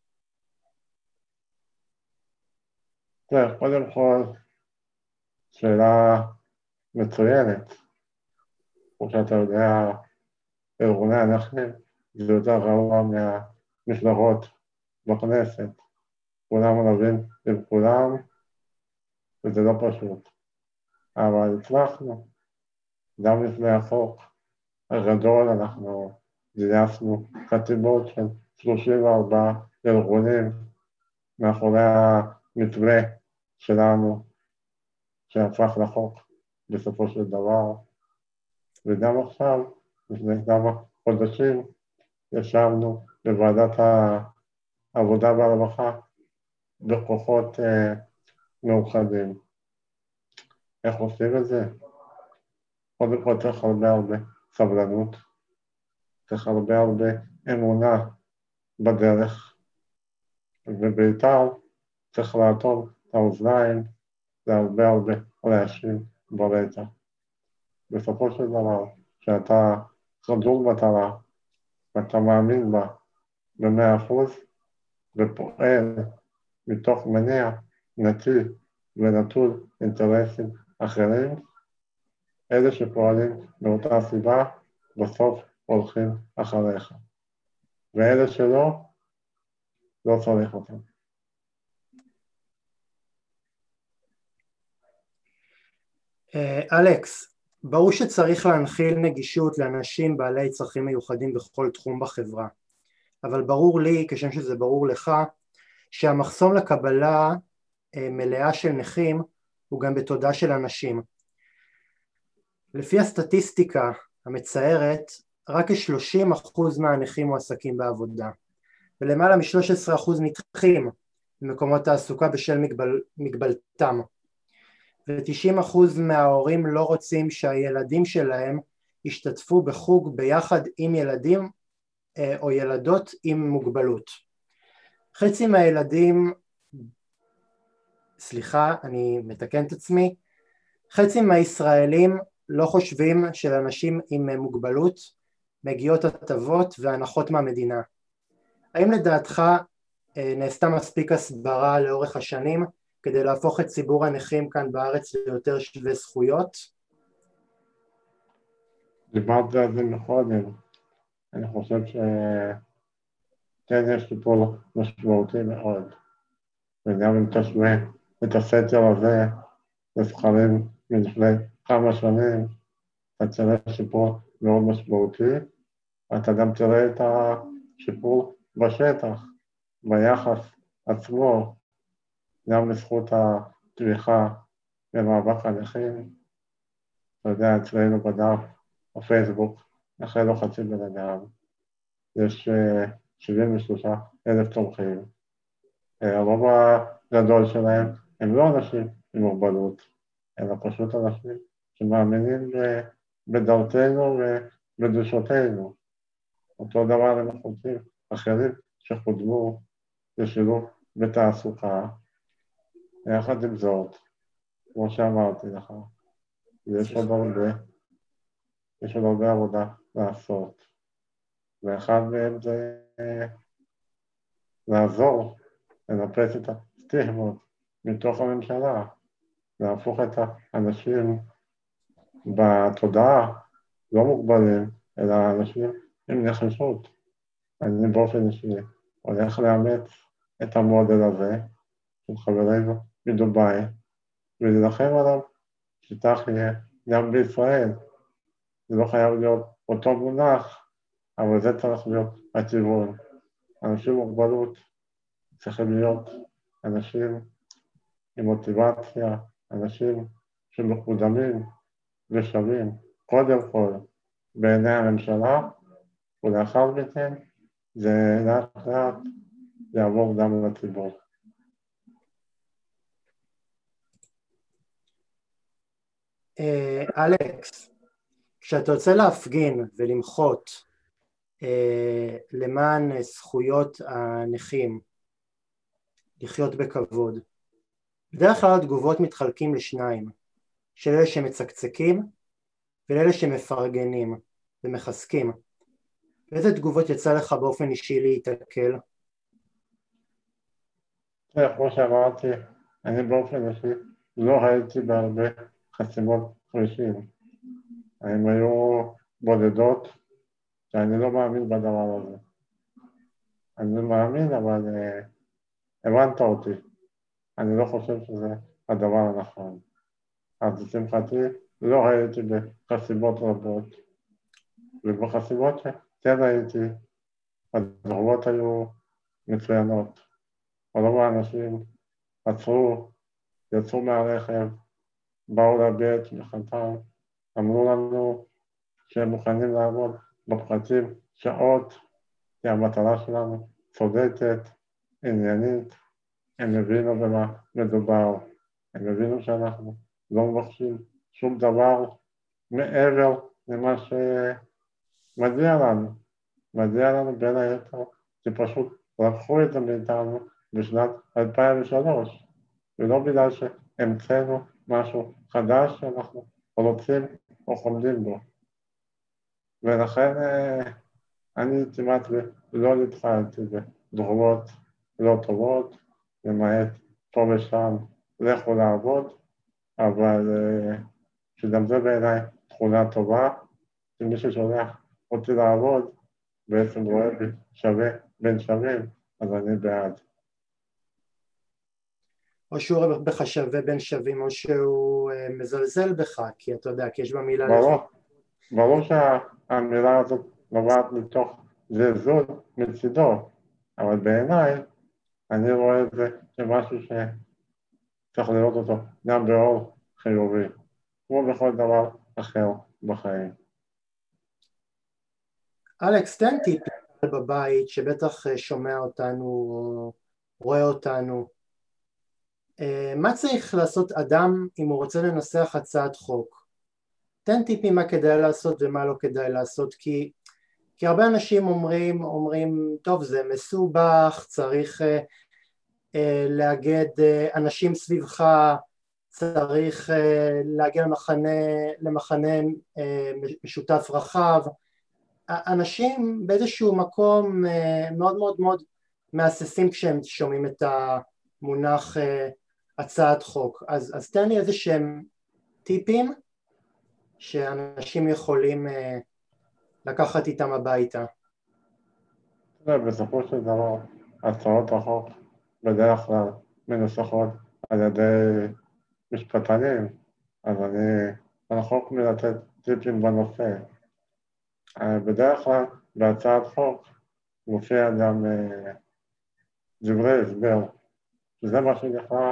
קודם כל, שאלה מצוינת. כמו שאתה יודע, ארגוני הנכים זה יותר גרוע מהמפלגות בכנסת. כולם רבים עם כולם, וזה לא פשוט. אבל הצלחנו, גם לפני החוק הגדול אנחנו גייסנו חטיבות של 34 ארגונים מאחורי המתווה שלנו, שהפך לחוק בסופו של דבר. וגם עכשיו, לפני כמה חודשים, ישבנו בוועדת העבודה והרווחה בכוחות מאוחדים. איך עושים את זה? קודם כל צריך הרבה סבלנות, צריך הרבה אמונה בדרך, ובעיקר צריך לאטום את האוזניים להרבה רעשים ברקע. בסופו של דבר, שאתה חדור מטרה ואתה מאמין בה ב100% ופועל מתוך מניע נקי ונטול אינטרסים אחרים, אלה שפועלים מאותה סיבה בסוף הולכים אחריך, ואלה שלא, לא צריך אותם. אלכס, ברור שצריך להנחיל נגישות לאנשים בעלי צרכים מיוחדים בכל תחום בחברה, אבל ברור לי, כשם שזה ברור לך, שהמחסום לקבלה מלאה של נכים הוא גם בתודעה של אנשים. לפי הסטטיסטיקה המצערת, רק כ-30% מהנכים מועסקים בעבודה, ולמעלה מ-13% נדחים במקומות תעסוקה בשל מגבלתם. ו-90% מההורים לא רוצים שהילדים שלהם ישתתפו בחוג ביחד עם ילדים או ילדות עם מוגבלות. חצי מהילדים, אני מתקן את עצמי, חצי מהישראלים לא חושבים שלאנשים עם מוגבלות מגיעות הטבות והנחות מהמדינה. האם לדעתך נעשתה מספיק הסברה לאורך השנים כדי להפוך את ציבור הנכים כאן בארץ ליותר שווה זכויות? דיברת על זה מקודם. אני חושב שכן יש טיפול משמעותי מאוד, וגם אם תשווה את הסקר הזה לסקרים מלפני כמה שנים, אתה תראה שיפור מאוד משמעותי, אתה גם תראה את השיפור בשטח, ביחס עצמו, גם בזכות התמיכה במאבק הנכים. אתה יודע, אצלנו בדף בפייסבוק, אחרי לא חצי בן אדם, יש 73,000 תומכים. הרוב הגדול שלהם הם לא אנשים עם מוגבלות, אלא פשוט אנשים שמאמינים בדרכנו ובדרישותינו. אותו דבר למחוקקים אחרים שחודמו לשילוב בתעסוקה. יחד עם זאת, כמו שאמרתי לך, יש עוד הרבה עבודה לעשות. ואחד מהם זה לעזור, לנפץ את הסטיגמות מתוך הממשלה, להפוך את האנשים בתודעה לא מוגבלים, אלא אנשים עם נחישות. אני באופן אישי הולך לאמץ את המודל הזה של חברינו מדובאי, ולהילחם עליו שתח יהיה גם בישראל. זה לא חייב להיות אותו מונח, אבל זה צריך להיות הכיוון. אנשים עם מוגבלות צריכים להיות אנשים עם מוטיבציה, אנשים שמקודמים ושווים, קודם כל בעיני הממשלה, ולאחר מכן זה לאט לאט יעבור גם לציבור. אלכס, כשאתה רוצה להפגין ולמחות למען זכויות הנכים לחיות בכבוד, בדרך כלל התגובות מתחלקים לשניים, של אלה שמצקצקים ולאלה שמפרגנים ומחזקים. ואיזה תגובות יצא לך באופן אישי להתקל? כמו שאמרתי, אני באופן אישי לא הייתי בהרבה חסימות פרישים. הם היו בודדות שאני לא מאמין בדבר הזה. אני לא מאמין, אבל הבנת אותי. אני לא חושב שזה הדבר הנכון. אז לשמחתי לא הייתי בחסימות רבות, ובחסימות שכן הייתי, התגובות היו מצוינות. רוב האנשים עצרו, יצאו מהרכב, באו להביע את תמיכתם, אמרו לנו שהם מוכנים לעבוד בפרטים שעות, כי המטרה שלנו צודקת, עניינית, הם הבינו במה מדובר, הם הבינו שאנחנו לא מבקשים שום דבר מעבר למה שמגיע לנו. מגיע לנו בין היתר, שפשוט לקחו את זה מאיתנו בשנת 2003, ולא בגלל שהמצאנו משהו חדש שאנחנו רוצים או חומדים בו. ולכן אני כמעט לא נתקלתי בתגובות לא טובות, למעט פה ושם לכו לעבוד, אבל שגם זה בעיניי תכונה טובה, שמי ששולח אותי לעבוד בעצם רואה בי שווה בין שווים, אז אני בעד. או שהוא רואה בך שווה בין שווים, או שהוא מזלזל בך, כי אתה יודע, כי יש במילה... ברור שהמילה הזאת נובעת מתוך זלזול מצידו, אבל בעיניי אני רואה את זה כמשהו שצריך לראות אותו גם באור חיובי, כמו בכל דבר אחר בחיים. אלכס, תן טיפ בבית שבטח שומע אותנו או רואה אותנו. מה צריך לעשות אדם אם הוא רוצה לנסח הצעת חוק? תן טיפים מה כדאי לעשות ומה לא כדאי לעשות, כי הרבה אנשים אומרים טוב, זה מסובך, צריך לאגד אנשים סביבך, צריך להגיע למחנה משותף רחב. אנשים באיזשהו מקום מאוד מאוד מאוד מהססים כשהם שומעים את המונח הצעת חוק. אז תן לי איזה שהם טיפים שאנשים יכולים לקחת איתם הביתה. בסופו של דבר, הצעות החוק בדרך כלל מנוסחות על ידי משפטנים, אז אני רחוק מלתת טיפים בנושא. בדרך כלל בהצעת חוק מופיע גם דברי הסבר, שזה מה שנקרא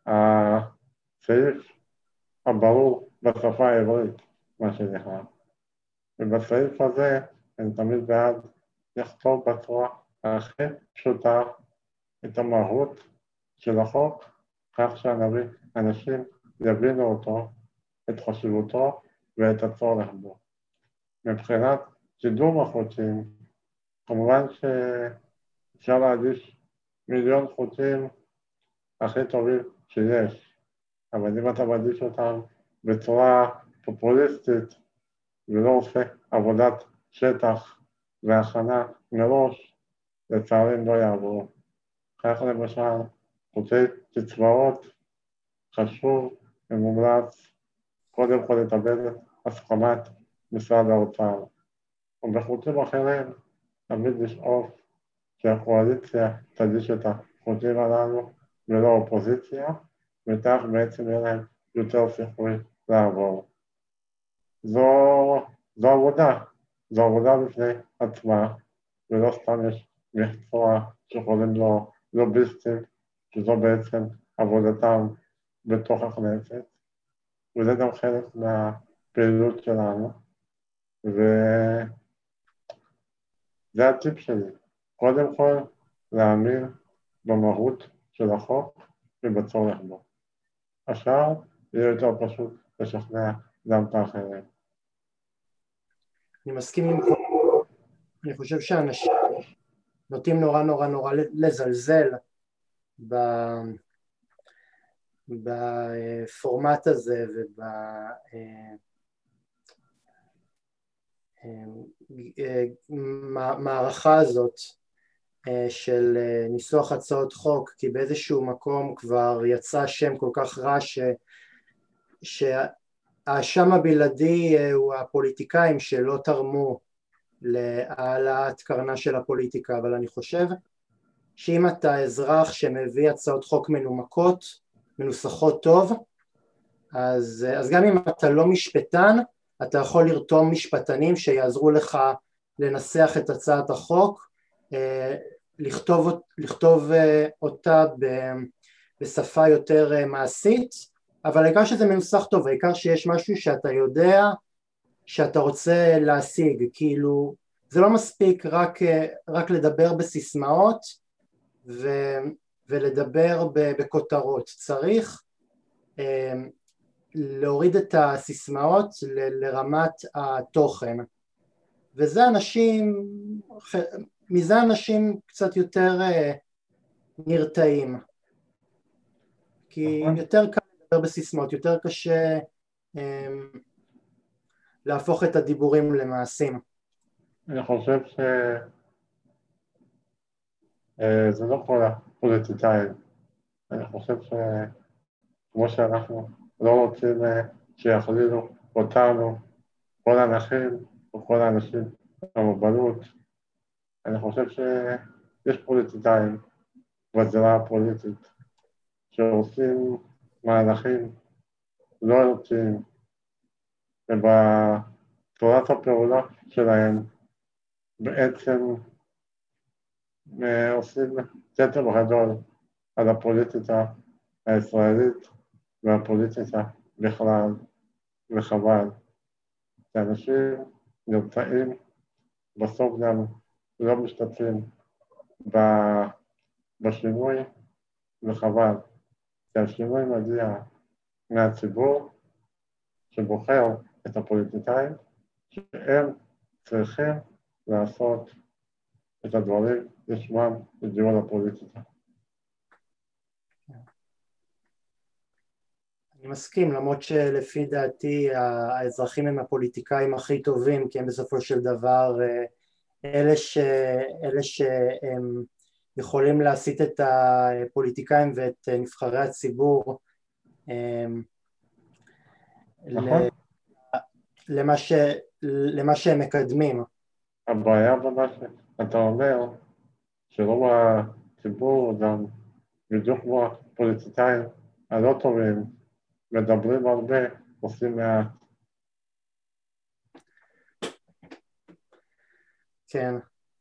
הסעיף הברור בשפה העברית, מה שנקרא. ובסעיף הזה אני תמיד בעד לכתוב בצורה הכי פשוטה את המהות של החוק, כך שאנשים יבינו אותו את חשיבותו ואת הצורך בו. מבחינת קידום החוטים, כמובן שאפשר להגיש מיליון חוטים הכי טובים שיש, אבל אם אתה מגיש אותם בצורה פופוליסטית ולא עושה עבודת שטח והכנה מראש, לצערי לא יעברו. כך למשל, חוקי קצבאות חשוב ומומלץ קודם כל לקבל את הסכמת משרד האוצר. ובחוקים אחרים תמיד לשאוף שהקואליציה תגיש את החוקים הללו ולא אופוזיציה, וכך בעצם יהיה להם יותר סיכוי לעבור. זו עבודה בפני עצמה, ולא סתם יש מקצוע שקוראים לו לוביסטים, שזו בעצם עבודתם בתוך הכנסת, וזה גם חלק מהפעילות שלנו, וזה הטיפ שלי. קודם כל, להאמין במהות של החוק ובצורך בו. השאר יהיה יותר פשוט לשכנע גם את האחרים. אני מסכים עם כל... אני חושב שאנשים נוטים נורא לזלזל בפורמט הזה ובמערכה הזאת של ניסוח הצעות חוק, כי באיזשהו מקום כבר יצא שם כל כך רע שהאשם הבלעדי הוא הפוליטיקאים שלא תרמו להעלאת קרנה של הפוליטיקה. אבל אני חושב שאם אתה אזרח שמביא הצעות חוק מנוסחות טוב, אז גם אם אתה לא משפטן, אתה יכול לרתום משפטנים שיעזרו לך לנסח את הצעת החוק, לכתוב אותה בשפה יותר מעשית, אבל העיקר שזה מנוסח טוב, העיקר שיש משהו שאתה יודע שאתה רוצה להשיג. כאילו זה לא מספיק רק לדבר בסיסמאות ולדבר בכותרות, צריך להוריד את הסיסמאות לרמת התוכן, מזה אנשים קצת יותר נרתעים, כי יותר קל לדבר בסיסמאות, יותר קשה להפוך את הדיבורים למעשים. אני חושב שזה לא כל הפוליטיקאים. אני חושב שכמו שאנחנו לא רוצים שיכלילו אותנו, כל הנכים או כל האנשים במוגבלות, אני חושב שיש פוליטיקאים בזירה הפוליטית שעושים מהלכים לא ערכיים, ובצורת הפעולה שלהם בעצם עושים כתם גדול על הפוליטיקה הישראלית והפוליטיקה בכלל, וחבל. שאנשים נרתעים בסוף גם לא משתתפים בשינוי, וחבל. שהשינוי מגיע מהציבור שבוחר את הפוליטיקאים, שהם צריכים לעשות את הדברים לשמם לדיון הפוליטיקה. אני מסכים, למרות שלפי דעתי האזרחים הם הפוליטיקאים הכי טובים, כי הם בסופו של דבר אלה שהם יכולים להסיט את הפוליטיקאים ואת נבחרי הציבור למה שהם מקדמים. הבעיה במה שאתה אומר, שרוב הציבור גם בדיוק כמו הפוליטיקאים הלא טובים, מדברים הרבה, עושים מעט. כן,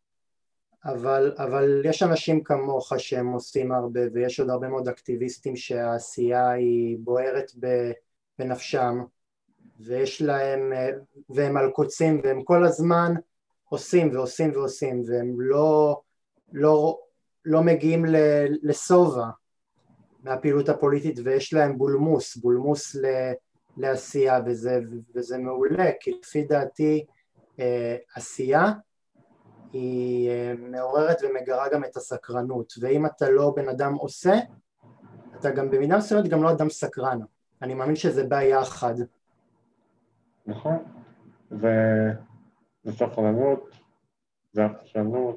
אבל יש אנשים כמוך שהם עושים הרבה, ויש עוד הרבה מאוד אקטיביסטים שהעשייה היא בוערת בנפשם, ויש להם, והם על קוצים, והם כל הזמן עושים ועושים ועושים, והם לא מגיעים לסובה מהפעילות הפוליטית, ויש להם בולמוס לעשייה, וזה מעולה, כי לפי דעתי עשייה היא מעוררת ומגרה גם את הסקרנות, ואם אתה לא בן אדם עושה, אתה גם במידה מסוימת גם לא אדם סקרן. אני מאמין שזה בא יחד. נכון, זה סקרנות, זה עקשנות,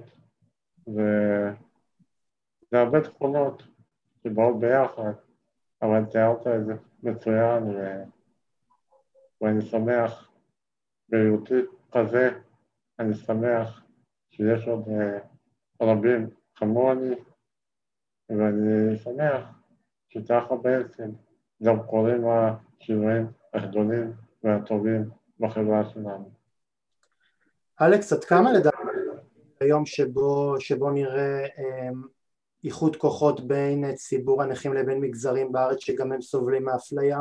זה הרבה תכונות שבאות ביחד, אבל תיארת את זה מצוין, ואני שמח בהיותי כזה, אני שמח שיש עוד רבים כמוני, ואני שמח שככה בעצם גם קורים השינויים הגדולים והטובים בחברה שלנו. אלכס, עד כמה לדעתי היום שבו נראה איחוד כוחות בין ציבור הנכים לבין מגזרים בארץ שגם הם סובלים מאפליה?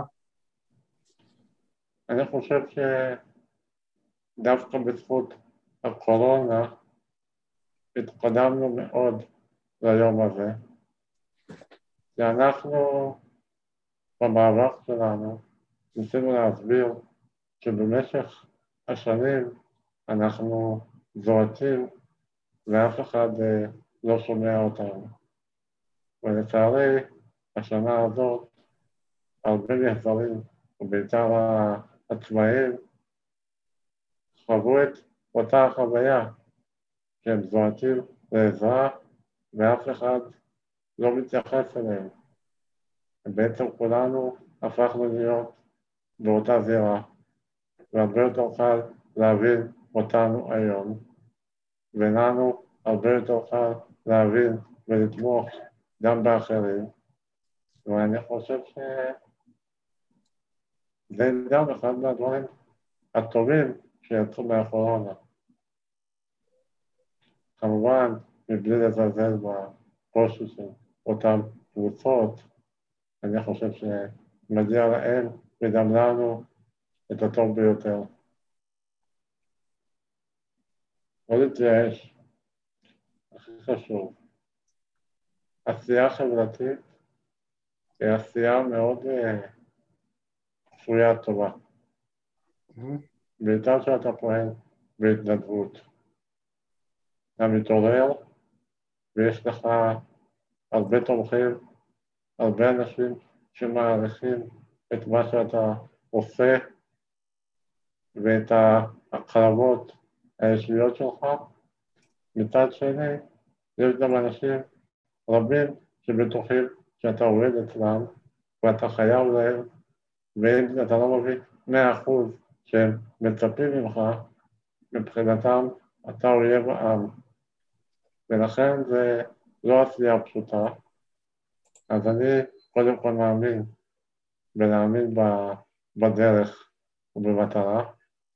אני חושב שדווקא בזכות הקורונה התקדמנו מאוד ליום הזה, שאנחנו במאבק שלנו ניסינו להסביר שבמשך השנים אנחנו זועקים ואף אחד לא שומע אותנו. ולצערי, השנה הזאת, הרבה מגזרים, ובעיקר העצמאים, חוו את אותה החוויה, שהם זועקים לעזרה ואף אחד לא מתייחס אליהם. בעצם כולנו הפכנו להיות באותה זירה, והרבה יותר קל להבין אותנו היום, ולנו הרבה יותר קל להבין ולתמוך גם באחרים, ואני חושב שזה גם אחד מהדברים הטובים שיצאו מהקורונה. כמובן, מבלי לזלזל בקושי של אותן קבוצות, אני חושב שמגיע להם וגם לנו את הטוב ביותר. לא להתייאש, הכי חשוב. עשייה חברתית היא עשייה מאוד כפויה טובה. בעיקר שאתה פועל בהתנדבות. אתה מתעורר ויש לך הרבה תומכים, הרבה אנשים שמעריכים את מה שאתה עושה ואת ההקרבות האישיות שלך. מצד שני, יש גם אנשים רבים שבטוחים שאתה עובד אצלם ואתה חייב להם, ואם אתה לא מביא 100% שהם מצפים ממך, מבחינתם אתה אויב העם. ולכן זה לא עשייה פשוטה. אז אני קודם כל מאמין ולהאמין בדרך ובמטרה,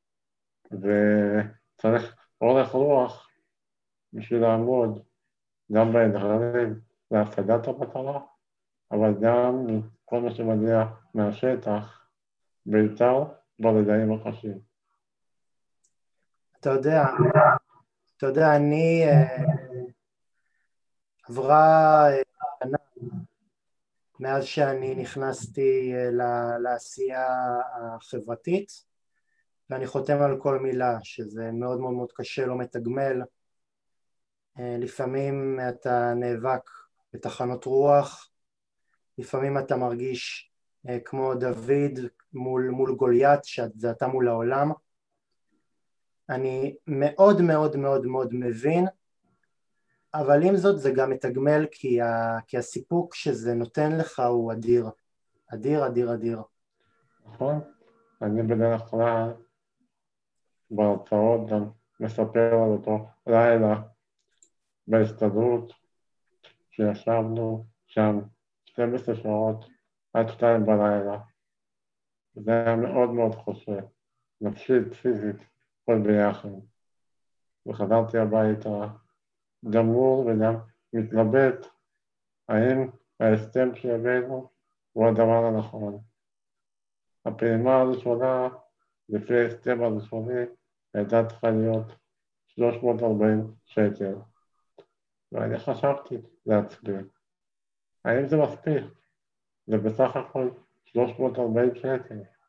וצריך אורך רוח בשביל לעמוד גם באתגרים להשגת המטרה, אבל גם כל מה שמגיע מהשטח, בעיקר ברגעים הקשים. אתה יודע, אני עברה שנה מאז שאני נכנסתי לעשייה החברתית, ואני חותם על כל מילה, שזה מאוד מאוד מאוד קשה, לא מתגמל. לפעמים אתה נאבק בתחנות רוח, לפעמים אתה מרגיש כמו דוד מול גוליית, שזה אתה מול העולם. אני מאוד מאוד מאוד מאוד מבין, אבל עם זאת זה גם מתגמל, כי הסיפוק שזה נותן לך הוא אדיר, אדיר אדיר אדיר. נכון? אני בדרך כלל בהרצאות גם מספר על אותו לילה בהסתדרות, שישבנו שם 12 שעות עד 2 בלילה. זה היה מאוד מאוד קשה, נפשית, פיזית, כל ביחד. וחזרתי הביתה גמור וגם מתלבט האם ההסכם שהבאנו הוא הדבר הנכון. הפעימה הראשונה, לפי ההסכם הראשוני, הייתה צריכה להיות 340 שקל. ואני חשבתי לעצמי, האם זה מספיק? זה בסך הכל 340 שקל.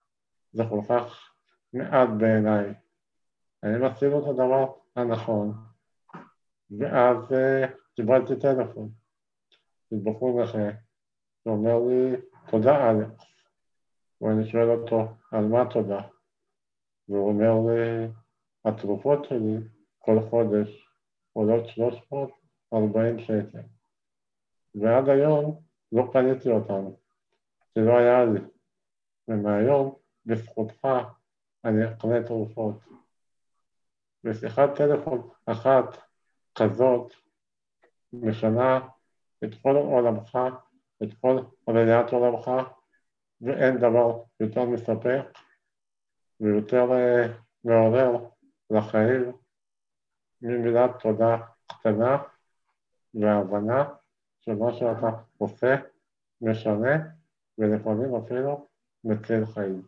זה כל כך מעט בעיניי. אני עשינו את הדבר הנכון, ואז קיבלתי טלפון, של בחור נכה, שאומר לי, תודה אלכס, ואני שואל אותו, על מה תודה? והוא אומר לי, התרופות שלי כל חודש עולות 340 שקל, ועד היום לא קניתי אותם, שלא היה לי, ומהיום, בזכותך, אני אקנה תרופות. ושיחת טלפון אחת כזאת משנה את כל עולמך, את כל ראיית עולמך, ואין דבר יותר מספק ויותר מעורר לחיים ממילת תודה קטנה והבנה שמה שאתה עושה משנה ולפעמים אפילו מציל חיים.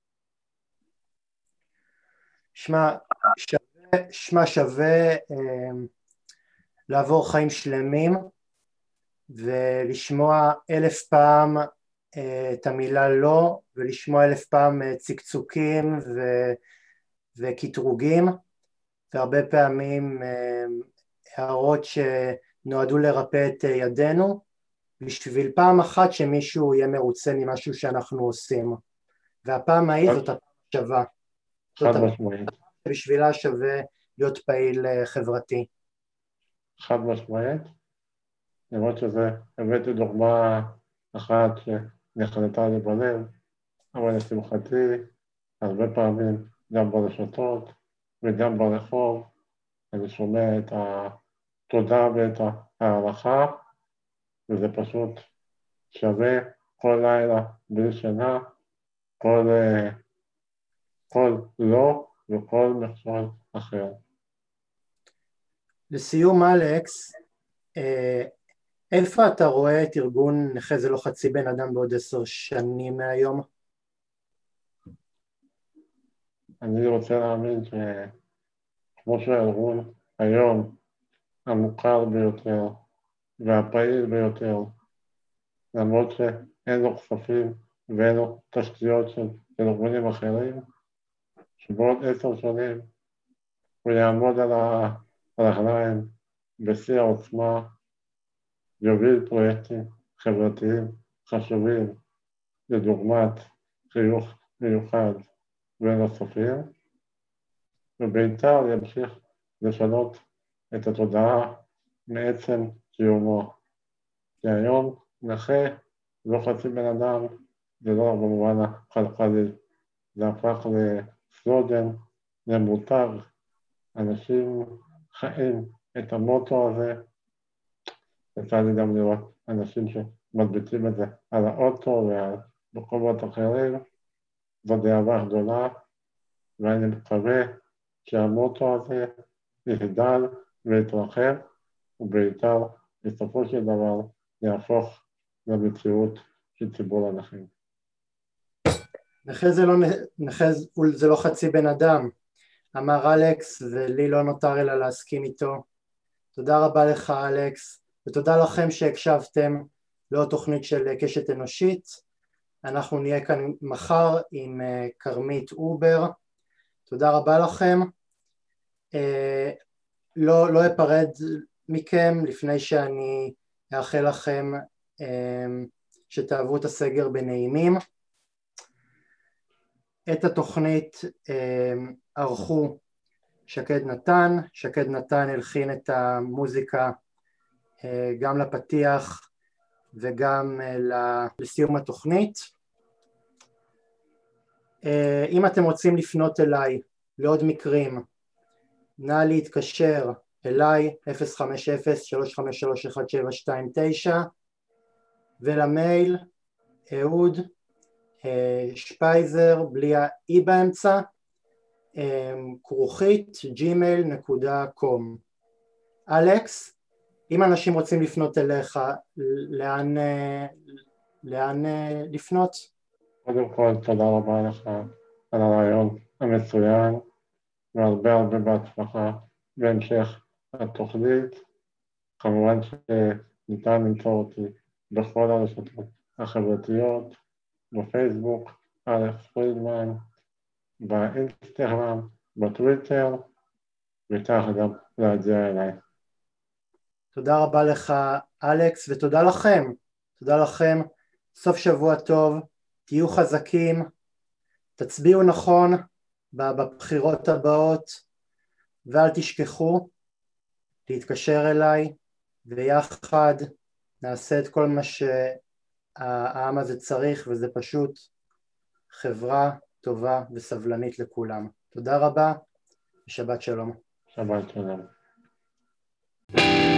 שווה לעבור חיים שלמים ולשמוע 1000 פעם את המילה לא, ולשמוע 1000 פעם צקצוקים וקטרוגים, והרבה פעמים הערות שנועדו לרפא את ידינו, בשביל פעם אחת שמישהו יהיה מרוצה ממשהו שאנחנו עושים, והפעם ההיא זאת הפעם שווה. חד משמעית. בשבילה שווה להיות פעיל חברתי. חד משמעית. למרות שזה, הבאתי דוגמה אחת שנחלטה לי בלב, אבל לשמחתי, הרבה פעמים גם ברשתות וגם ברחוב, אני שומע את התודה ואת הערכה, וזה פשוט שווה כל לילה בלי שינה, כל לא וכל מכשול אחר. לסיום אלכס, איפה אתה רואה את ארגון נכה זה לא חצי בן אדם בעוד 10 שנים מהיום? אני רוצה להאמין שכמו שהארגון היום המוכר ביותר והפעיל ביותר, למרות שאין לו כספים ואין לו תשתיות של ארגונים אחרים, שבעוד 10 שנים הוא יעמוד על הרגליים בשיא העוצמה, יוביל פרויקטים חברתיים חשובים לדוגמת חינוך מיוחד ונוספים, וביתר ימשיך לשנות את התודעה מעצם קיומו. כי היום נכה לא חצי בן אדם, זה לא במובן הכלכלי, זה הפך לסלוגן, למותג. אנשים חיים את המוטו הזה, יצא לי גם לראות אנשים שמדביקים את זה על האוטו ועל מקומות אחרים, זו דאגה גדולה, ואני מקווה שהמוטו הזה יגדל ויתרחב, ובעיקר בסופו של דבר יהפוך למציאות של ציבור הנכים. נכה זה לא חצי בן אדם, אמר אלכס, ולי לא נותר אלא להסכים איתו. תודה רבה לך אלכס, ותודה לכם שהקשבתם לעוד תוכנית של קשת אנושית. אנחנו נהיה כאן מחר עם קרמית אובר. תודה רבה לכם. לא אפרד מכם לפני שאני אאחל לכם שתעברו את הסגר בנעימים. את התוכנית ערכו שקד נתן הלחין את המוזיקה גם לפתיח וגם לסיום התוכנית. אם אתם רוצים לפנות אליי לעוד מקרים, נא להתקשר אליי 050-353-1729 ולמייל אהוד שפייזר בלי ה-E באמצע @gmail.com. אלכס, אם אנשים רוצים לפנות אליך, לאן לפנות? קודם כל, תודה רבה לך על הרעיון המצוין, והרבה בהצלחה בהמשך התוכנית. כמובן שניתן למצוא אותי בכל הרשתות החברתיות, בפייסבוק, אלכס פרידמן, באינסטגרם, בטוויטר, וכך גם להגיע אליי. תודה רבה לך אלכס, ותודה לכם. תודה לכם. סוף שבוע טוב, תהיו חזקים, תצביעו נכון בבחירות הבאות, ואל תשכחו להתקשר אליי, ויחד נעשה את כל מה שהעם הזה צריך, וזה פשוט חברה טובה וסבלנית לכולם. תודה רבה ושבת שלום. שבת שלום.